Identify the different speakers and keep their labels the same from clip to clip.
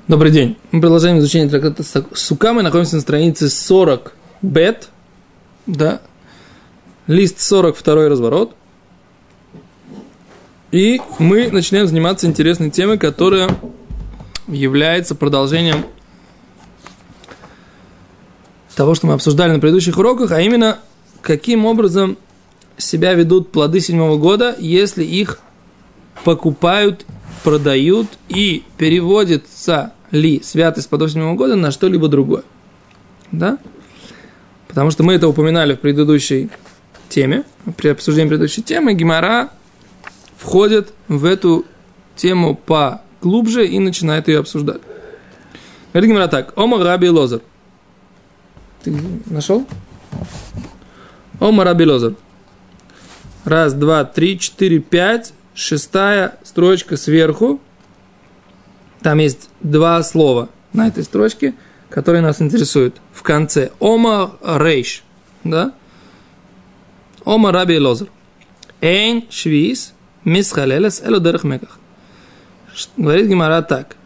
Speaker 1: Добрый день. Мы продолжаем изучение трактата Сука. Мы находимся на странице 40 бет. Да. Лист 42 разворот. И мы начинаем заниматься интересной темой, которая является продолжением того, что мы обсуждали на предыдущих уроках, а именно, каким образом себя ведут плоды 7-го года, если их покупают, продают и переводится ли святость плодов 7-го года на что-либо другое. Да? Потому что мы это упоминали в предыдущей теме, при обсуждении предыдущей темы, Гемара входит в эту тему поглубже и начинает ее обсуждать. Говорит Гемара так. Омар Раби Лозер. Ты нашел? Омар Раби Лозер. 1, 2, 3, 4, 5. 6-я строчка сверху. Там есть 2 слова на этой строчке, которые нас интересуют. В конце. Омар Рейш. Да? Омар Раби Лозер. Эйн швиз мисхалелес эло дерех меках. Говорит Гемара так.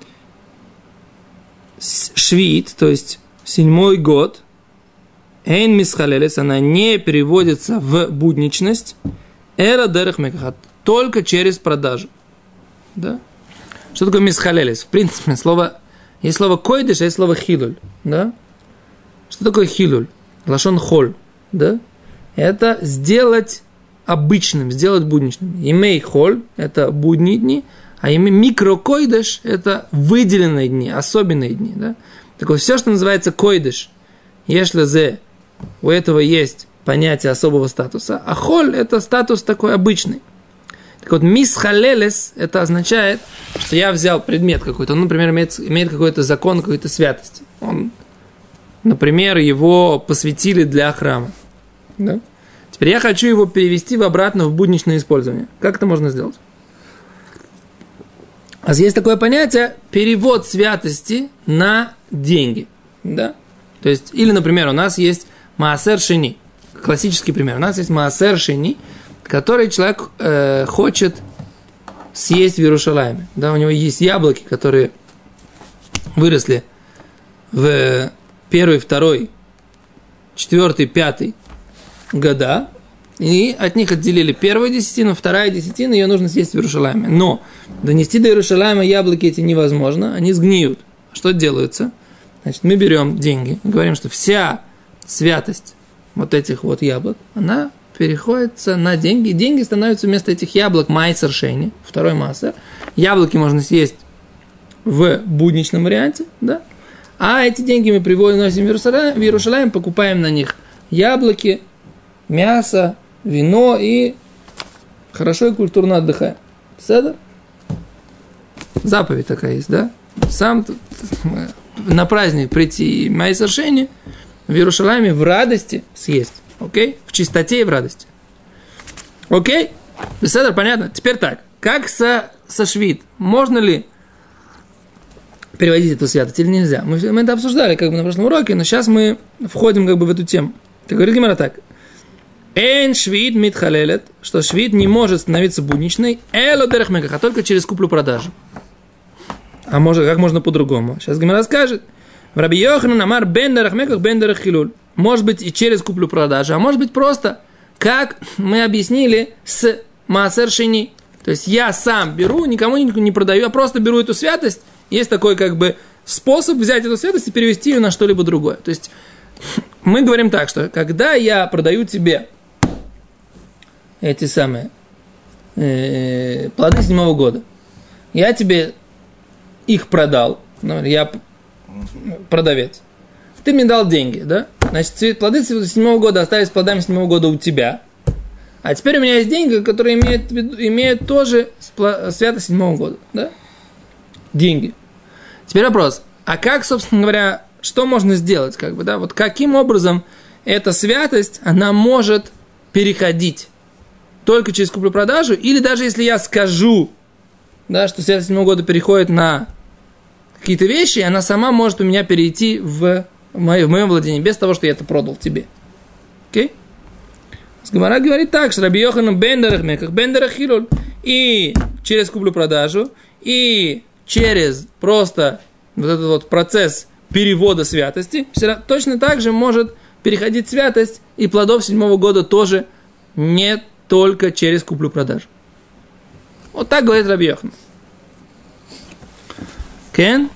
Speaker 1: Швид, то есть 7-й год, эйн мисхалелес, она не переводится в будничность, эло дерех меках, только через продажу. Да? Что такое мисхалелес? В принципе, есть слово койдеш, а есть слово хилуль. Да? Что такое хилуль? Лашон холь. Да? Это сделать обычным, сделать будничным. Имей холь – это будние дни, а имей микрокойдеш – это выделенные дни, особенные дни. Да? Так вот, все, что называется койдеш, ешлезе, у этого есть понятие особого статуса, а холь – это статус такой обычный. Так вот, мисхалелес – это означает, что я взял предмет какой-то, он, например, имеет какой-то закон, какой-то святости. Он, например, его посвятили для храма. Да? Теперь я хочу его перевести обратно в будничное использование. Как это можно сделать? А есть такое понятие перевод святости на деньги. Да? То есть, или, например, у нас есть маасер шени. Классический пример. У нас есть маасер шени, который человек хочет съесть в Иерушалайме. Да, у него есть яблоки, которые выросли в 1, 2, 4, 5 года, и от них отделили 1-ю десятину, 2-я десятина, ее нужно съесть в Иерушалайме. Но донести до Иерушалайма яблоки эти невозможно, они сгниют. Что делается? Значит, мы берем деньги и говорим, что вся святость вот этих вот яблок, она переходится на деньги. Деньги становятся вместо этих яблок майсер шейни, второй массер. Яблоки можно съесть в будничном варианте, да? А эти деньги мы носим в Иерушалайм, покупаем на них яблоки, мясо, вино и хорошо и культурно отдыхаем. Седер? Заповедь такая есть, да? Сам на праздник прийти майсер шейни в Иерушалайме в радости съесть. Окей? В чистоте и в радости. Окей? Беседа, понятно? Теперь так. Как со швид? Можно ли переводить эту святость или нельзя? Мы это обсуждали на прошлом уроке, но сейчас мы входим в эту тему. Так говорит Гемара так. Эйн швид митхалелет, что швид не может становиться будничной, эло дерех меках, а только через куплю-продажу. А может, как можно по-другому? Сейчас Гемара скажет. В Раби Йоханан амар бен дерех меках, бен дерех хилуль. Может быть и через куплю-продажу, а может быть просто, как мы объяснили с маасер шени. То есть я сам беру, никому не продаю, а просто беру эту святость. Есть такой способ взять эту святость и перевести ее на что-либо другое. То есть мы говорим так, что когда я продаю тебе эти самые плоды 7-го года, я тебе их продал, я продавец, ты мне дал деньги, да? Значит, плоды 7-го года остались плодами 7-го года у тебя. А теперь у меня есть деньги, которые имеют тоже святость 7-го года, да? Деньги. Теперь вопрос. А как, собственно говоря, что можно сделать? Да? Вот каким образом эта святость, она может переходить только через куплю-продажу? Или даже если я скажу, да, что святость 7-го года переходит на какие-то вещи, она сама может у меня перейти в моем владении, без того, что я это продал тебе. Окей? Гемара говорит так, что Раби Йоханан бен дерех меках, бен дерех хилуль. И через куплю-продажу, и через просто вот этот вот процесс перевода святости, точно так же может переходить святость и плодов 7-го года тоже не только через куплю-продажу. Вот так говорит Раби Йоханан. Кен?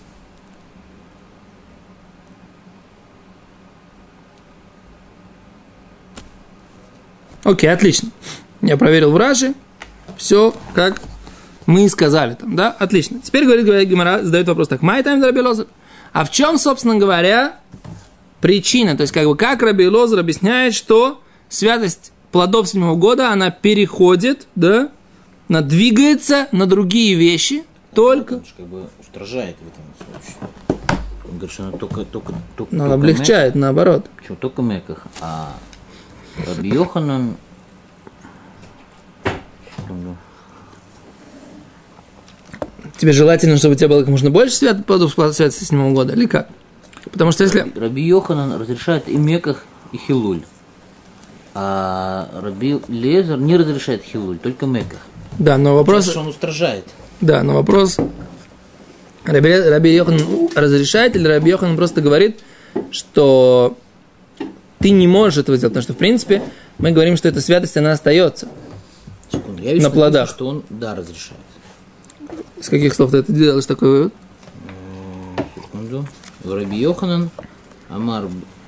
Speaker 1: Окей, отлично. Я проверил в Раши. Все, как мы и сказали там, да? Отлично. Теперь говорит Гемара, задает вопрос так. Май тайм Раби Элозер. А в чем, собственно говоря, причина? То есть, как Раби Элозер объясняет, что святость плодов 7-го года, она переходит, да? Она двигается на другие вещи, только...
Speaker 2: Он как бы устражает в этом случае. Он говорит, что она только
Speaker 1: но она облегчает, наоборот.
Speaker 2: Почему? Только в Меках. А Раби Йоханан...
Speaker 1: Тебе желательно, чтобы у тебя было как можно больше плодов святости 7-го года, или как? Потому что если...
Speaker 2: Раби Йоханан разрешает и Меках, и Хилуль. А Раби Лезер не разрешает Хилуль, только Меках.
Speaker 1: Да, но вопрос...
Speaker 2: Что он устражает.
Speaker 1: Да, но вопрос... Раби Йоханан разрешает, или Раби Йоханан просто говорит, что ты не можешь этого сделать, потому что, в принципе, мы говорим, что эта святость, она остается.
Speaker 2: Секунду, я вижу,
Speaker 1: на плодах.
Speaker 2: Что он, да, разрешает.
Speaker 1: С каких слов ты это делаешь, такой вывод?
Speaker 2: Секунду. Раби Йоханан Амар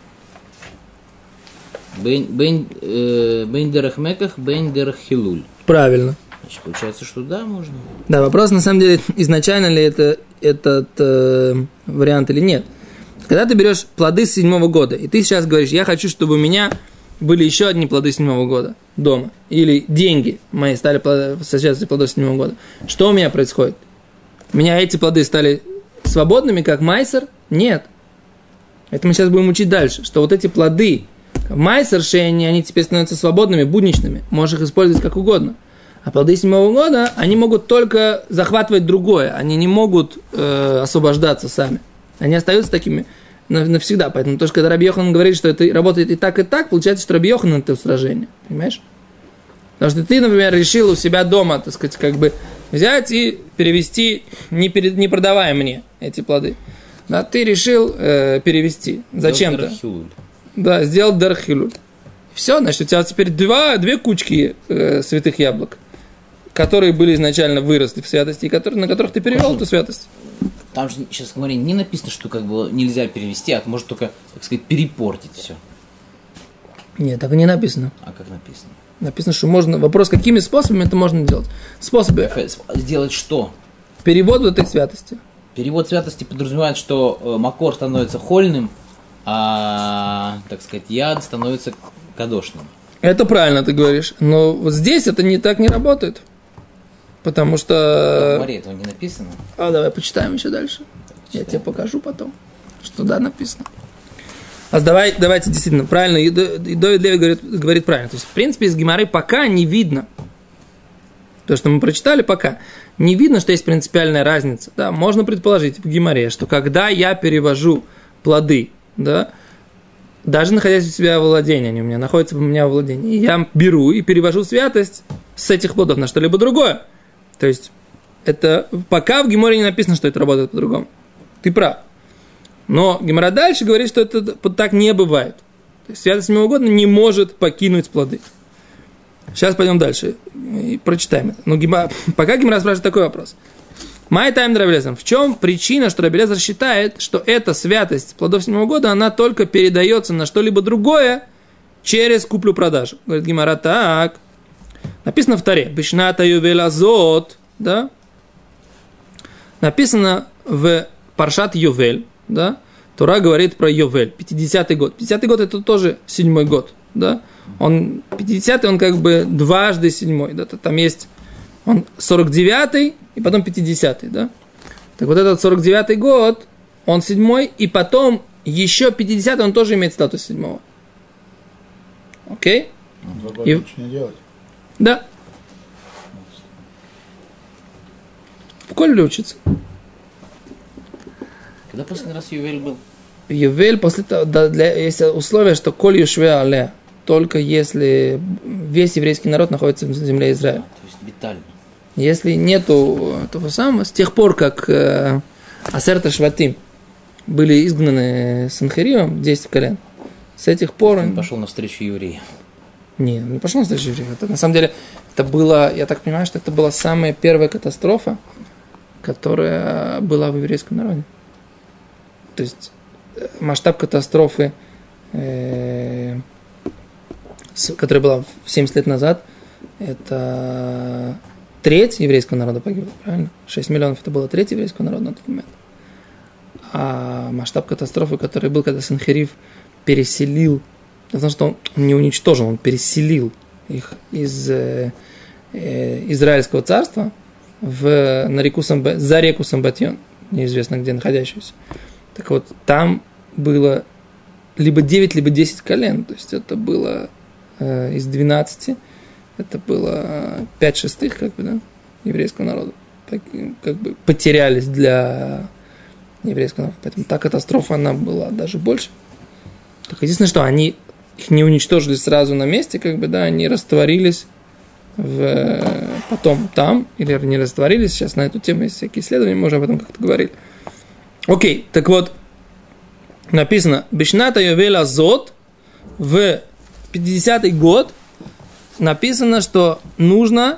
Speaker 2: Бен Дерах Меках, Бен Дерах Хилуль.
Speaker 1: Правильно.
Speaker 2: Значит, получается, что да, можно.
Speaker 1: Да, вопрос, на самом деле, изначально ли это этот вариант или нет. Когда ты берешь плоды с 7-го года, и ты сейчас говоришь, я хочу, чтобы у меня были еще одни плоды 7-го года дома, или деньги мои стали со святостью плодов 7-го года, что у меня происходит? У меня эти плоды стали свободными, как майсер? Нет. Это мы сейчас будем учить дальше, что вот эти плоды в майсершене, они теперь становятся свободными, будничными, можешь их использовать как угодно. А плоды 7-го года, они могут только захватывать другое, они не могут освобождаться сами. Они остаются такими навсегда. Поэтому то, что когда Раби Йоханан говорит, что это работает и так, получается, что Раби Йоханан это устражение. Понимаешь? Потому что ты, например, решил у себя дома, так сказать, как бы взять и перевести, не продавая мне эти плоды. Да, ты решил перевести зачем-то. Да, сделал дархилуль. Все, значит, у тебя теперь две кучки святых яблок, которые были изначально выросли в святости, и на которых ты перевел эту святость.
Speaker 2: Там же сейчас, смотри, не написано, что как бы нельзя перевести, а может только, так сказать, перепортить все.
Speaker 1: Нет, так и не написано.
Speaker 2: А как написано?
Speaker 1: Написано, что можно... Вопрос, какими способами это можно делать? Способы...
Speaker 2: Сделать что?
Speaker 1: Перевод вот этой святости.
Speaker 2: Перевод святости подразумевает, что макор становится хольным, а, так сказать, яд становится кадошным.
Speaker 1: Это правильно ты говоришь. Но вот здесь это так не работает. Потому что...
Speaker 2: В Маре этого не написано.
Speaker 1: А давай почитаем еще дальше. Я тебе покажу потом, что да, написано. А давайте действительно, правильно, и Довид Леви говорит правильно. То есть, в принципе, из Гемары пока не видно, то, что мы прочитали пока, не видно, что есть принципиальная разница. Да, можно предположить в Гемаре, что когда я перевожу плоды, да, даже находясь у себя в владении, они у меня находятся у меня в владении, я беру и перевожу святость с этих плодов на что-либо другое. То есть, это пока в Гемаре не написано, что это работает по-другому. Ты прав. Но Гемара дальше говорит, что это так не бывает. То есть, святость 7-го года не может покинуть плоды. Сейчас пойдем дальше и прочитаем это. Но пока Гемара спрашивает такой вопрос. Май тайм Раби Элиэзер. В чем причина, что Раби Элиэзер считает, что эта святость плодов 7-го года, она только передается на что-либо другое через куплю-продажу? Говорит Гемара так. Написано в Торе. Бишната ювель азот. Да? Написано в Паршат Йовель. Да? Тора говорит про Йовель. 50-й год. 50-й год это тоже 7-й год. Да? 50-й, он как бы дважды 7-й. Да? Там есть он 49-й и потом 50-й. Да? Так вот этот 49-й год, он 7-й, и потом еще 50-й, он тоже имеет статус 7-го. Окей?
Speaker 3: И... ничего не делать.
Speaker 1: Да. В Колле учится.
Speaker 2: Когда последний раз Ювель был?
Speaker 1: Ювель после того, есть условие, что Коль Юшве Але, только если весь еврейский народ находится в земле Израиля.
Speaker 2: То есть детально.
Speaker 1: Если нету того самого, с тех пор, как Асерта Шватим были изгнаны Санхеривом, 10 колен. С этих пор...
Speaker 2: Он пошел навстречу евреям.
Speaker 1: Не пошел навстречу евреям. Это, на самом деле, это было, я так понимаю, что это была самая первая катастрофа, которая была в еврейском народе. То есть масштаб катастрофы, которая была 70 лет назад, это треть еврейского народа погибла, правильно? 6 миллионов это было треть еврейского народа на тот момент. А масштаб катастрофы, который был, когда Санхерив переселил, потому что он не уничтожил, он переселил их из Израильского царства за реку Самбатьон, неизвестно где находящуюся. Так вот, там было либо 9, либо 10 колен, то есть это было из 12, это было 5 шестых, как бы, да, еврейского народа, как бы потерялись для еврейского народа. Поэтому та катастрофа, она была даже больше. Только единственное, что они их не уничтожили сразу на месте, как бы, да, они растворились потом там, или не растворились, сейчас на эту тему есть всякие исследования, мы уже об этом как-то говорили. Окей, так вот, написано, Бишната Йовель Азот, в 50-й год написано, что нужно,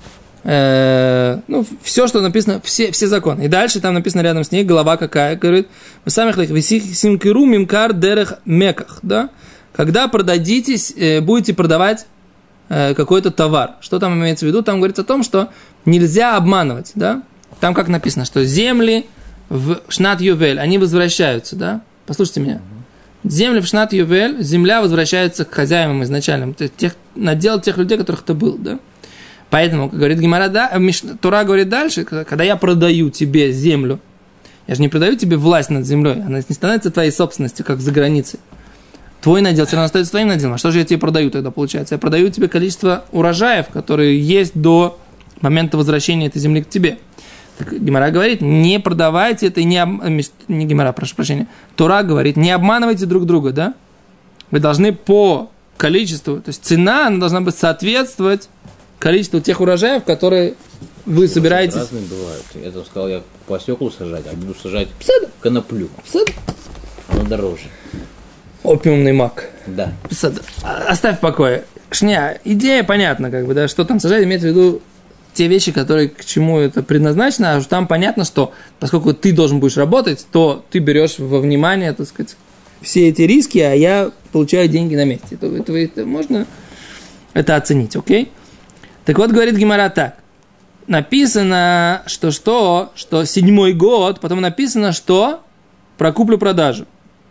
Speaker 1: все, что написано, все законы. И дальше там написано рядом с ней, глава какая, говорит, вы самих симкиру мимкар дерех меках, да? Когда продадитесь, будете продавать какой-то товар. Что там имеется в виду? Там говорится о том, что нельзя обманывать, да? Там как написано, что земли в Шнат Ювель, они возвращаются, да? Послушайте меня. Земли в Шнат Ювель, земля возвращается к хозяевам изначальным, то есть надел тех людей, которых ты был, да? Поэтому, как говорит Гемара, да, Тора говорит дальше, когда я продаю тебе землю, я же не продаю тебе власть над землей, она не становится твоей собственностью, как за границей. Твой надел все равно остается твоим наделом. А что же я тебе продаю тогда, получается? Я продаю тебе количество урожаев, которые есть до момента возвращения этой земли к тебе. Так Гемара говорит, не продавайте это и не Гемара, прошу прощения. Тора говорит, не обманывайте друг друга, да? Вы должны по количеству, то есть цена, она должна быть соответствовать количеству тех урожаев, которые вы собираетесь.
Speaker 2: Разные бывают. Я там сказал, я по свеклу сажать, а буду сажать коноплю. Оно дороже.
Speaker 1: Опиумный мак.
Speaker 2: Да.
Speaker 1: Оставь в покое. Шня, идея понятна, как бы, да, что там сажать, имеется в виду те вещи, которые к чему это предназначено, а там понятно, что поскольку ты должен будешь работать, то ты берешь во внимание, так сказать, все эти риски, а я получаю деньги на месте. Это можно это оценить, окей? Так вот, говорит Гемара так. Написано, что 7-й год, потом написано, что про куплю-продажу.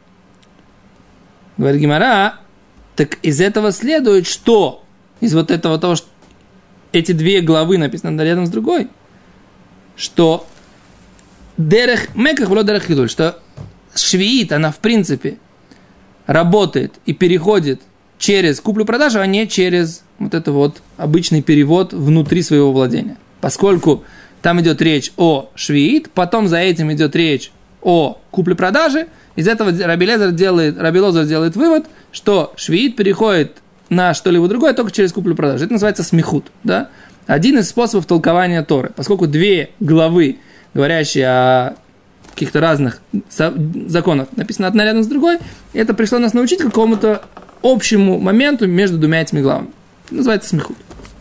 Speaker 1: Говорит Гемара, так из этого следует, что из вот этого того, что эти две главы написаны рядом с другой, что дерех меках вло дерех хидуль, что швиит, она в принципе работает и переходит через куплю-продажу, а не через вот это вот обычный перевод внутри своего владения. Поскольку там идет речь о швиит, потом за этим идет речь о купле-продаже, из этого Раби Лозер делает вывод, что швиит переходит на что-либо другое только через куплю-продажу. Это называется смехут, да? Один из способов толкования Торы. Поскольку две главы, говорящие о каких-то разных законах, написано одна рядом с другой, это пришло нас научить какому-то общему моменту между двумя этими главами. Это называется смехут.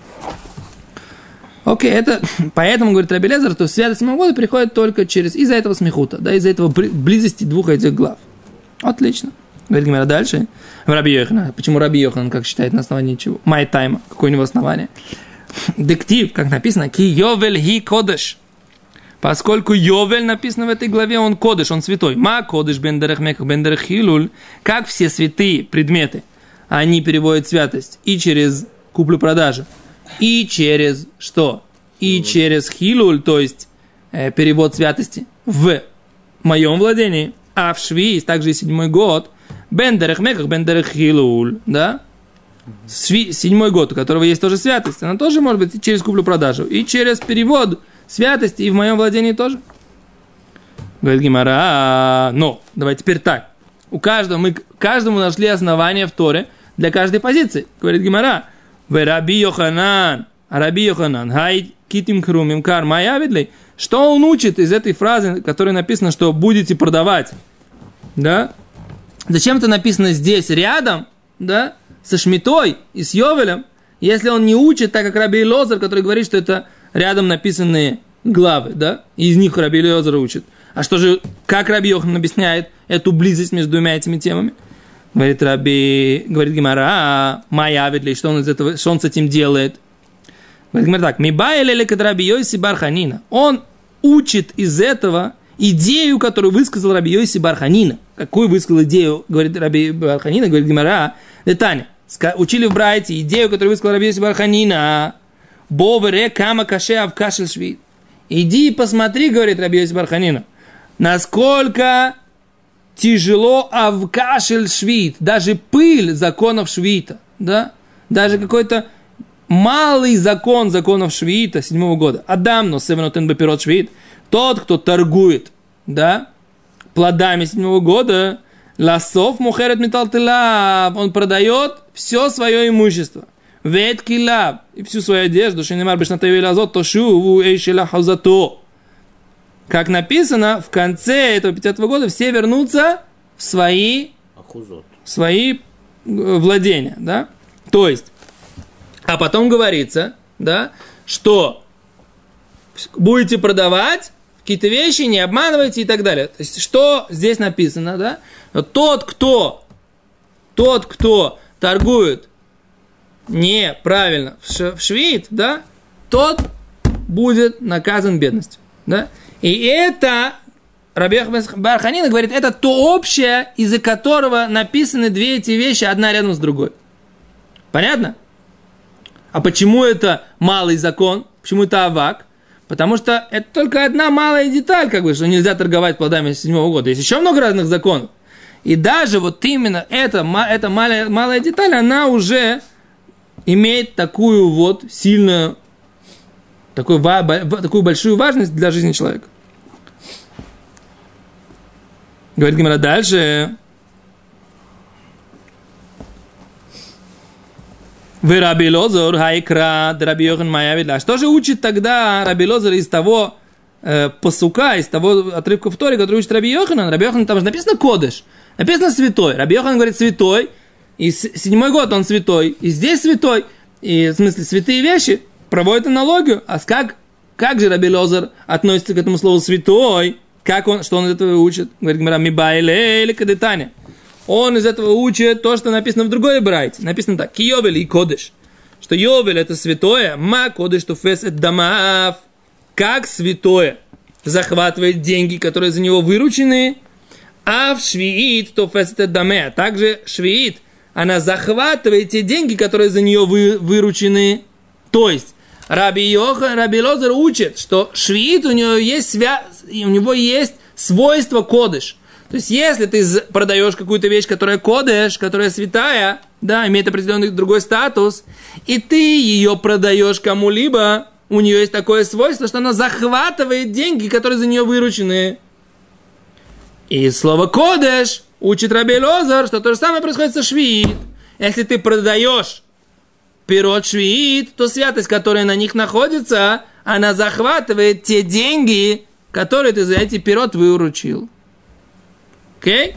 Speaker 1: Окей, это поэтому, говорит Раби Лозер, то святость 7-го года приходит только из-за этого смехута, да, из-за этого близости двух этих глав. Отлично. Говорит Гемара дальше. Раби Йоханан. Почему Раби Йоханан, как считает, на основании чего? Май-тайма. Какое у него основание? Дектив, как написано, ки Йовель хи кодеш. Поскольку Йовель написано в этой главе, он кодеш, он святой. Ма кодеш бен дерех меках бен дерех хилуль. Как все святые предметы, они переводят святость и через куплю-продажу, и через что? И через хилуль, то есть перевод святости в моем владении, а в шви, также и 7-й год, бен дерех меках бен дерех хилуль, да? 7-й год, у которого есть тоже святость, она тоже может быть через куплю-продажу, и через перевод святости, и в моем владении тоже. Говорит Гемара, но, давай теперь так. Мы каждому нашли основания в Торе для каждой позиции. Говорит Гемара, Раби Йоханан, хай китим хрумим кар майавидли, Что он учит из этой фразы, в которой написано, что будете продавать? Да? Зачем это написано здесь, рядом, да, со Шмитой и с Йовелем, если он не учит, так как Раби Элиэзер, который говорит, что это рядом написанные главы, да, и из них Раби Элиэзер учит. А что же, как Раби Йохан объясняет эту близость между двумя этими темами? Говорит Гемара, Маявидли, что он из этого, что он с этим делает? Говорит Гемара так, Мибайле кад Раби Йоси бар Ханина. Он учит из этого идею, которую высказал Раби Йоси бар Ханина. Какую высказал идею, говорит Раби бар Ханина, говорит Гемара, Таня. Учили в Брайте идею, которую высказал Раби Йоси бар Ханина. Бовере кама каше авкашель швид. Иди и посмотри, говорит Раби Йоси бар Ханина, насколько тяжело авкашель швид, даже пыль законов швита, да, даже какой-то малый закон законов швита 7-го года. Адам, но севенотен бепирот швид, тот, кто торгует, да, плодами 7-го года, ласов мухерет металтелав, он продает все свое имущество. Ветки лав, и всю свою одежду, шенемар бешнатаю илазот, тошуву эйшела хаузато. Как написано, в конце этого 50-го года все вернутся в свои владения, да? То есть, а потом говорится, да, что будете продавать какие-то вещи, не обманывайте и так далее. То есть, что здесь написано, да? Тот, кто торгует неправильно в швид, да, тот будет наказан бедностью, да? И это, Раби бар Ханина говорит, это то общее, из-за которого написаны две эти вещи, одна рядом с другой. Понятно? А почему это малый закон? Почему это авак? Потому что это только одна малая деталь, как бы, что нельзя торговать плодами с 7-го года. Есть еще много разных законов. И даже вот именно эта малая деталь, она уже имеет такую вот сильную, такую большую важность для жизни человека. Говорит Гемара дальше. Вы Раби Элиэзер хайкра Раби Йохан Маявидла. Что же учит тогда Раби Элиэзер из того пасука, из того отрывка в Торе, который учит Раби Йоханан? Раби Йоханан, там же написано кодеш, написано святой. Раби Йоханан говорит святой, и 7-й год он святой, и здесь святой, и в смысле святые вещи проводят аналогию. А как же Раби Элиэзер относится к этому слову святой? Что он из этого учит? Говорит Гемара, Мибайле или кадетаня. Он из этого учит то, что написано в другой брайте. Написано так, ки Йовель и кодеш. Что Йовель это святое, ма кодеш туфес эт дамав. Как святое захватывает деньги, которые за него выручены, а в швиит туфес эт даме. Также швиит, она захватывает те деньги, которые за нее выручены. То есть, Раби Элиэзер учит, что швиит у него есть свойство кодеш. То есть, если ты продаешь какую-то вещь, которая кодеш, которая святая, да, имеет определенный другой статус, и ты ее продаешь кому-либо, у нее есть такое свойство, что она захватывает деньги, которые за нее выручены. И слово кодеш учит Раби Элиэзер, что то же самое происходит со швиит. Если ты продаешь пирот швиит, то святость, которая на них находится, она захватывает те деньги, которые ты за эти пирот выручил. Окей?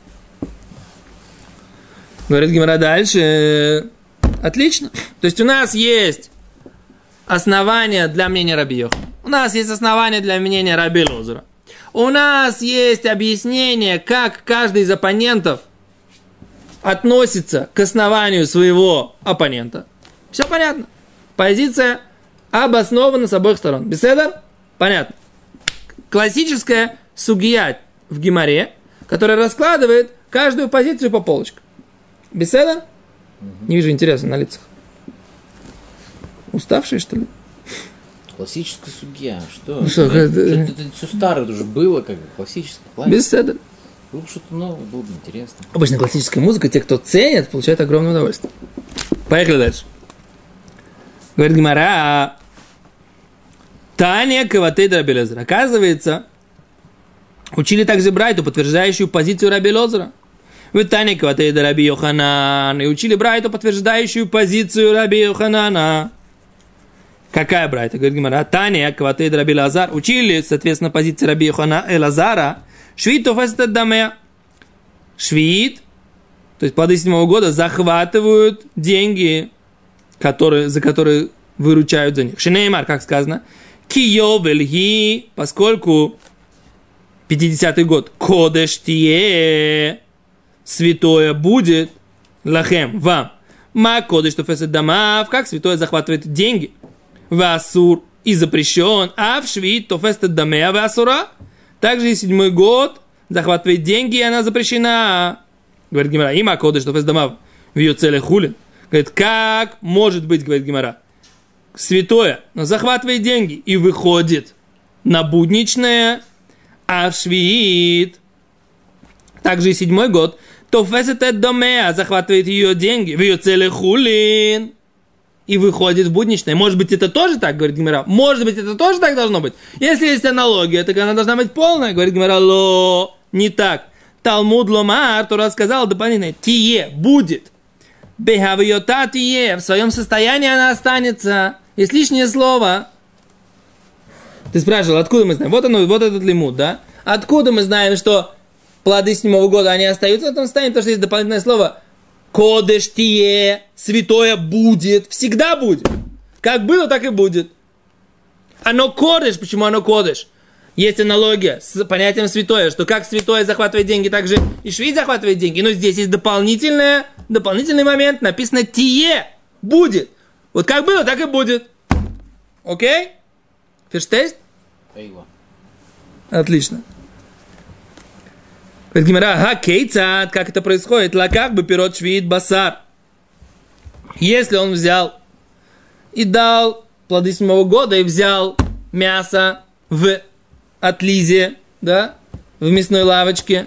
Speaker 1: Говорит Гемара дальше. Отлично. То есть у нас есть основания для мнения Раби Йохана. У нас есть основания для мнения Раби Элиэзера. У нас есть объяснение, как каждый из оппонентов относится к основанию своего оппонента. Все понятно. Позиция обоснована с обоих сторон. Беседа? Понятно. Классическая сугия в Гемаре, которая раскладывает каждую позицию по полочкам. Беседа? Не вижу интереса на лицах. Уставшие, что ли?
Speaker 2: Классическая сугия. Что? Это все старое уже было, как бы классическое.
Speaker 1: Беседа.
Speaker 2: Было бы что-то новое, было бы интересно.
Speaker 1: Обычно классическая музыка, те, кто ценит, получают огромное удовольствие. Поехали дальше. Говорит Гемара, Таня Каватей Раби Элиэзер. Оказывается, учили также брайту, подтверждающую позицию Раби Элиэзера. Вы Таня Каватей Раби Йоханан. И учили брайту, подтверждающую позицию Раби Йоханана. Какая брайта? Говорит Гимара. Таня, Кватейд Раби Лазар. Учили, соответственно, позиции Раби Йохана и Лазара. Швид тофестет даме. Швид, то есть плоды 7-го года, захватывают деньги, за которые выручают за них. Шинеймар, как сказано. Киёвельги, поскольку 50-й год. Кодеш тие. Святое будет. Лахем, вам. Ма кодеш тофестет дамав. Как святое захватывает деньги. Васур и запрещен, а в швид тофестет дамеа васура. Также и 7-й год захватывает деньги, и она запрещена. Говорит Гимара, има кодеш тофестет дамав в ее целях хулин. Говорит, как может быть, говорит Гимара, святое, но захватывает деньги и выходит на будничное, а в швид, также и 7-й год, тофестет дамеа захватывает ее деньги в ее целях хулин. И выходит в будничное. Может быть, это тоже так, говорит Гимара. Может быть, это тоже так должно быть. Если есть аналогия, так она должна быть полная. Говорит Гимара, ло, не так. Талмуд ломар, Тора сказал дополнительно, тие, будет. Бехавиота тие, в своем состоянии она останется. Есть лишнее слово. Ты спрашивал, откуда мы знаем? Вот оно, вот этот лимуд, да? Откуда мы знаем, что плоды 7-го года, они остаются в этом состоянии, потому что есть дополнительное слово. Кодеш тие, святое будет, всегда будет. Как было, так и будет. Оно кодеш, почему оно кодеш? Есть аналогия с понятием святое, что как святое захватывает деньги, так же и швид захватывает деньги. Но здесь есть дополнительный момент, написано тие, будет. Вот как было, так и будет. Окей? Ферштейст? Отлично. Как это происходит? Лаках бы пирот швид басар. Если он взял и дал плоды 7-го года и взял мясо в отлизе, да, в мясной лавочке.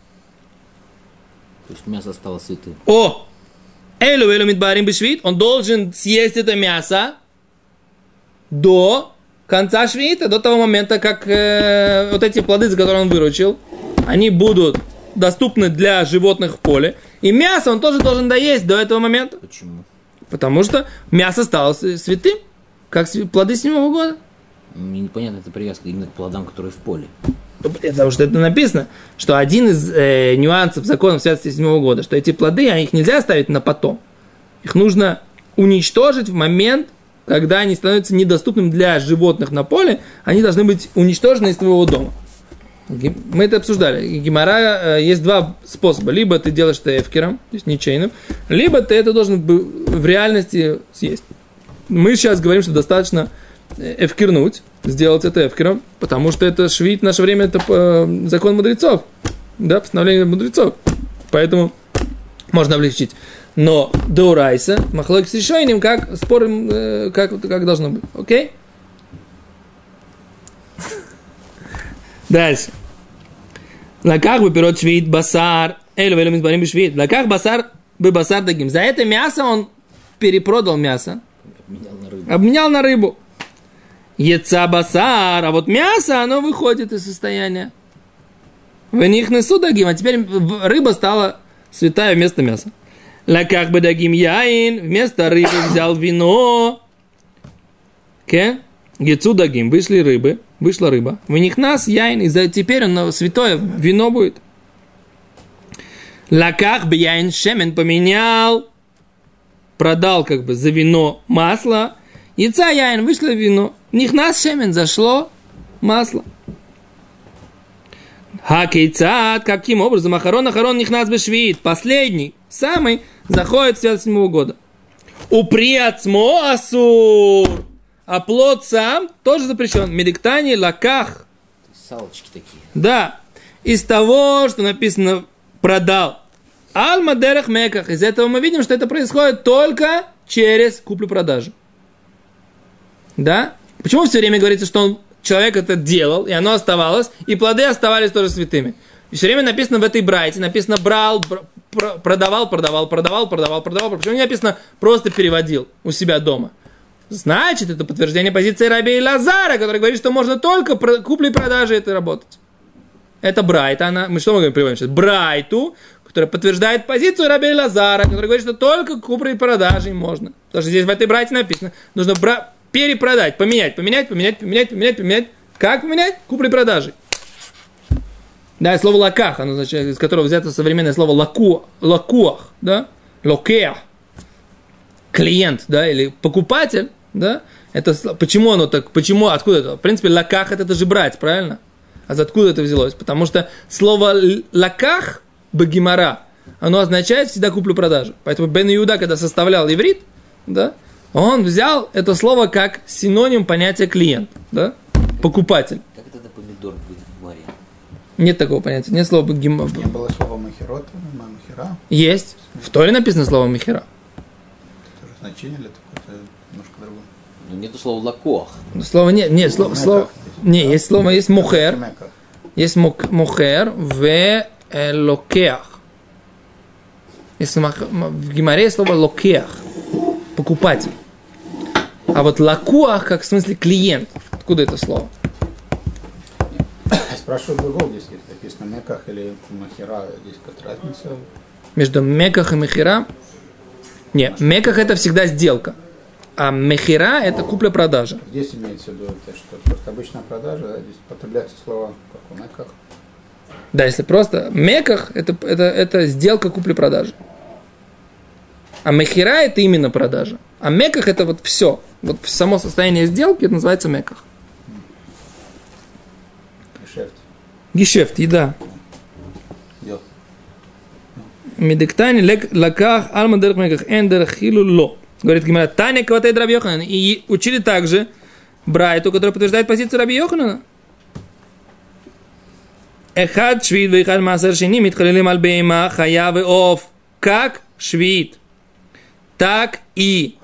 Speaker 2: То есть мясо стало святым.
Speaker 1: Элю мидбарим бешвид, он должен съесть это мясо до конца швита, до того момента, как вот эти плоды, за которые он выручил, они будут доступны для животных в поле. И мясо он тоже должен доесть до этого момента.
Speaker 2: Почему?
Speaker 1: Потому что мясо стало святым, как плоды 7-го года.
Speaker 2: Мне непонятно, это привязка именно к плодам, которые в поле.
Speaker 1: Потому что это написано, что один из нюансов законов святости 7-го года, что эти плоды, их нельзя оставить на потом. Их нужно уничтожить в момент, когда они становятся недоступными для животных на поле, они должны быть уничтожены из твоего дома. Мы это обсуждали. Гемара, есть два способа. Либо ты делаешь это эфкером, то есть ничейным, либо ты это должен в реальности съесть. Мы сейчас говорим, что достаточно эфкернуть, сделать это эфкером, потому что это швид в наше время, это закон мудрецов, да, постановление мудрецов. Поэтому можно облегчить. Но доурайса, махлойк с решением, как спорим, как должно быть. Окей? Дальше. Лаках бы пирот швид басар, элю велю мизбарим бы швид. Лаках басар бы басар дагим. За это мясо он перепродал мясо. Обменял на рыбу. Яца басар, а вот мясо, оно выходит из состояния. В них несу дагим, а теперь рыба стала святая вместо мяса. Лаках бы дагим яин, вместо рыбы взял вино. Яцу дагим, вышла рыба. В них нас яин, и теперь он святое вино будет. Лаках бы яин шемен поменял, продал как бы за вино масло. Яца яин, вышло вино. В них нас шемен, зашло масло. Хакейцат, каким образом? Ахарон них нас бы швид. Последний, самый, заходит в святость 7-го года. Уприацмо асур. А плод сам тоже запрещен. Медиктани лаках.
Speaker 2: Салочки такие.
Speaker 1: Да. Из того, что написано продал. Аль-Мадерах Меках. Из этого мы видим, что это происходит только через куплю-продажу. Да? Почему все время говорится, что человек это делал, и оно оставалось, и плоды оставались тоже святыми? И все время написано в этой брайте, написано брал, продавал. Почему не написано просто переводил у себя дома? Значит, это подтверждение позиции Раби Лазара, который говорит, что можно только куплей-продажей это работать. Это брайта, мы что мы приводим сейчас? Брайту, которая подтверждает позицию Раби Лазара, который говорит, что только куплей-продажей можно. Потому что здесь в этой брайте написано, нужно перепродать, поменять. Как поменять? Куплей-продажей. Да, слово лаках, оно значит, из которого взято современное слово лакуах, да, локеах, клиент, да, или покупатель, да, это, почему оно так, почему, откуда это? В принципе, лаках это же брать, правильно? А откуда это взялось? Потому что слово лаках, багимара, оно означает всегда куплю-продажу. Поэтому Бен Иуда, когда составлял иврит, да, он взял это слово как синоним понятия клиент, да, покупатель.
Speaker 2: Как это помидор будет в море?
Speaker 1: Нет такого понятия, нет слова багимара.
Speaker 3: Не было слова махирот, махира.
Speaker 1: Есть. В Торе написано слово махира.
Speaker 3: Это же значение или такое-то немножко другое?
Speaker 2: Ну, нету слова лакох.
Speaker 1: Слова нет, есть слово, есть мухер, есть мухер в локеах. Если в гемаре есть слово локеах, покупатель. А вот лакуах, как в смысле клиент. Откуда это слово?
Speaker 3: Я спрашиваю глагол, здесь написано меках или махира, здесь какая разница?
Speaker 1: Между меках и мехира? Нет, меках это всегда сделка. А мехира это купля-продажа.
Speaker 3: Здесь имеется в виду, что просто обычная продажа, да, здесь потребляются слова как у меках.
Speaker 1: Да, если просто меках это сделка купли-продажи. А мехира это именно продажа. А меках это вот все. Вот само состояние сделки это называется меках.
Speaker 3: Гешефт.
Speaker 1: Гешефт, еда. Медиктани лаках алмадерх меках эндер хилуло. Говорит Гемара, Таня кватей Раби Йоханан. И учили также Брайту, который подтверждает позицию Раби Йоханана. Эхад швид вейхад маасер шини митхалилим аль бейма хая веов. Как швид, так и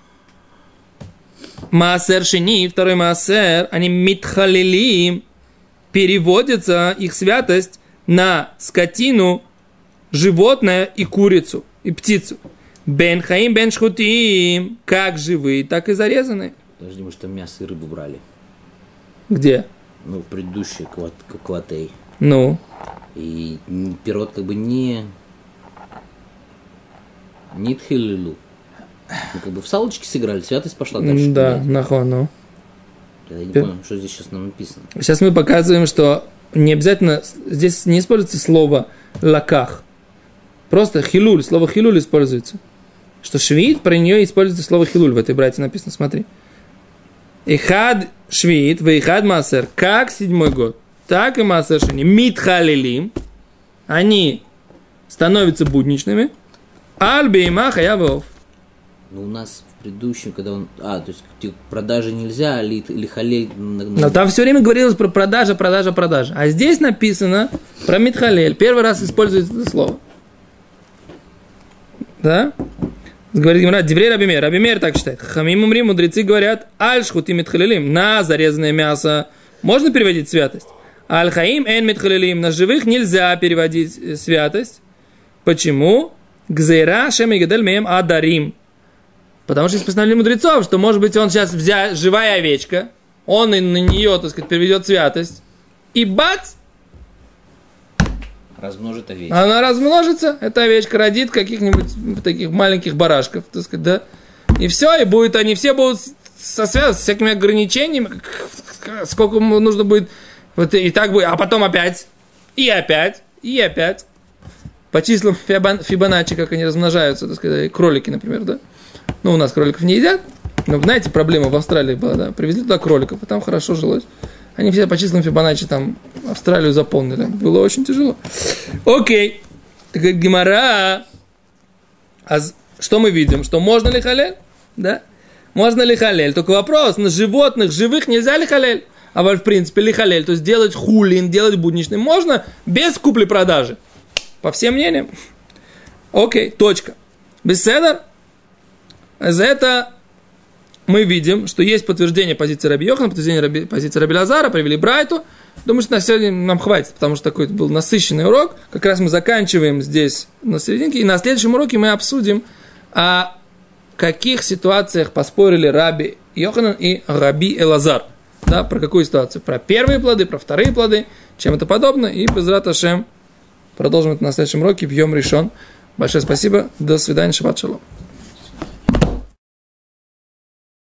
Speaker 1: маасер шини, второй маасер, они митхалилим, переводится их святость на скотину, животное и курицу, и птицу. Бен хаим, бен шхутим, как живые, так и зарезанные.
Speaker 2: Подожди, может, там мясо и рыбу брали?
Speaker 1: Где?
Speaker 2: Ну, предыдущий кватей.
Speaker 1: Ну?
Speaker 2: И пирот как бы не тхилилу. Ну, как бы в салочке сыграли, святость пошла дальше.
Speaker 1: Да, нахон, ну.
Speaker 2: Я не понял, что здесь сейчас нам написано.
Speaker 1: Сейчас мы показываем, что не обязательно, здесь не используется слово лаках. Просто хилуль, слово хилуль используется. Что швид, про нее используется слово хилуль. В этой братье написано, смотри. Ихад швид, вейхад маасер, как 7-й год, так и маасер шини, митхалилим, они становятся будничными, аль-бейма хаявов.
Speaker 2: Ну, у нас в предыдущем, когда он... то есть продажи нельзя, или халель...
Speaker 1: Но там все время говорилось про продажа. А здесь написано про митхалель. Первый раз используется это слово. Да? Говорит Гемара, Деврей Раби Меир. Раби Меир так считает. Хамим умри, мудрецы говорят, аль-шхути митхалелим. На зарезанное мясо можно переводить святость. Аль-хаим эн митхалелим. На живых нельзя переводить святость. Почему? Гзейра шем игадель меем адарим. Потому что есть постановление мудрецов, что, может быть, он сейчас взял живая овечка, он и на нее, так сказать, переведет святость, и бац!
Speaker 2: Размножит овечку.
Speaker 1: Она размножится, эта овечка родит каких-нибудь таких маленьких барашков, так сказать, да? И все, и будет, они все будут со всякими ограничениями, сколько нужно будет, вот и так будет, а потом опять, и опять. По числам Фибоначчи, как они размножаются, так сказать, кролики, например, да? Ну, у нас кроликов не едят, но, знаете, проблема в Австралии была, да? Привезли туда кроликов, и там хорошо жилось. Они все по числам Фибоначчи там Австралию заполнили. Было очень тяжело. Окей. Так как Гемара. А что мы видим? Что можно ли халель? Да? Можно ли халель? Только вопрос, на животных, живых нельзя ли халель? А в принципе ли халель? То есть делать хулин, делать будничным можно без купли-продажи. По всем мнениям. Окей, точка. Беседер. За это мы видим, что есть подтверждение позиции Раби Йохана, подтверждение позиции Раби Лазара, привели Брайту. Думаю, что на сегодня нам хватит, потому что такой был насыщенный урок. Как раз мы заканчиваем здесь на серединке. И на следующем уроке мы обсудим, о каких ситуациях поспорили Раби Йоханан и Раби Элазар. Да, про какую ситуацию? Про первые плоды, про вторые плоды, чем это подобно. И Безрат Ашем продолжим это на следующем уроке в Йом Ришон. Большое спасибо. До свидания. Шаббат шалом.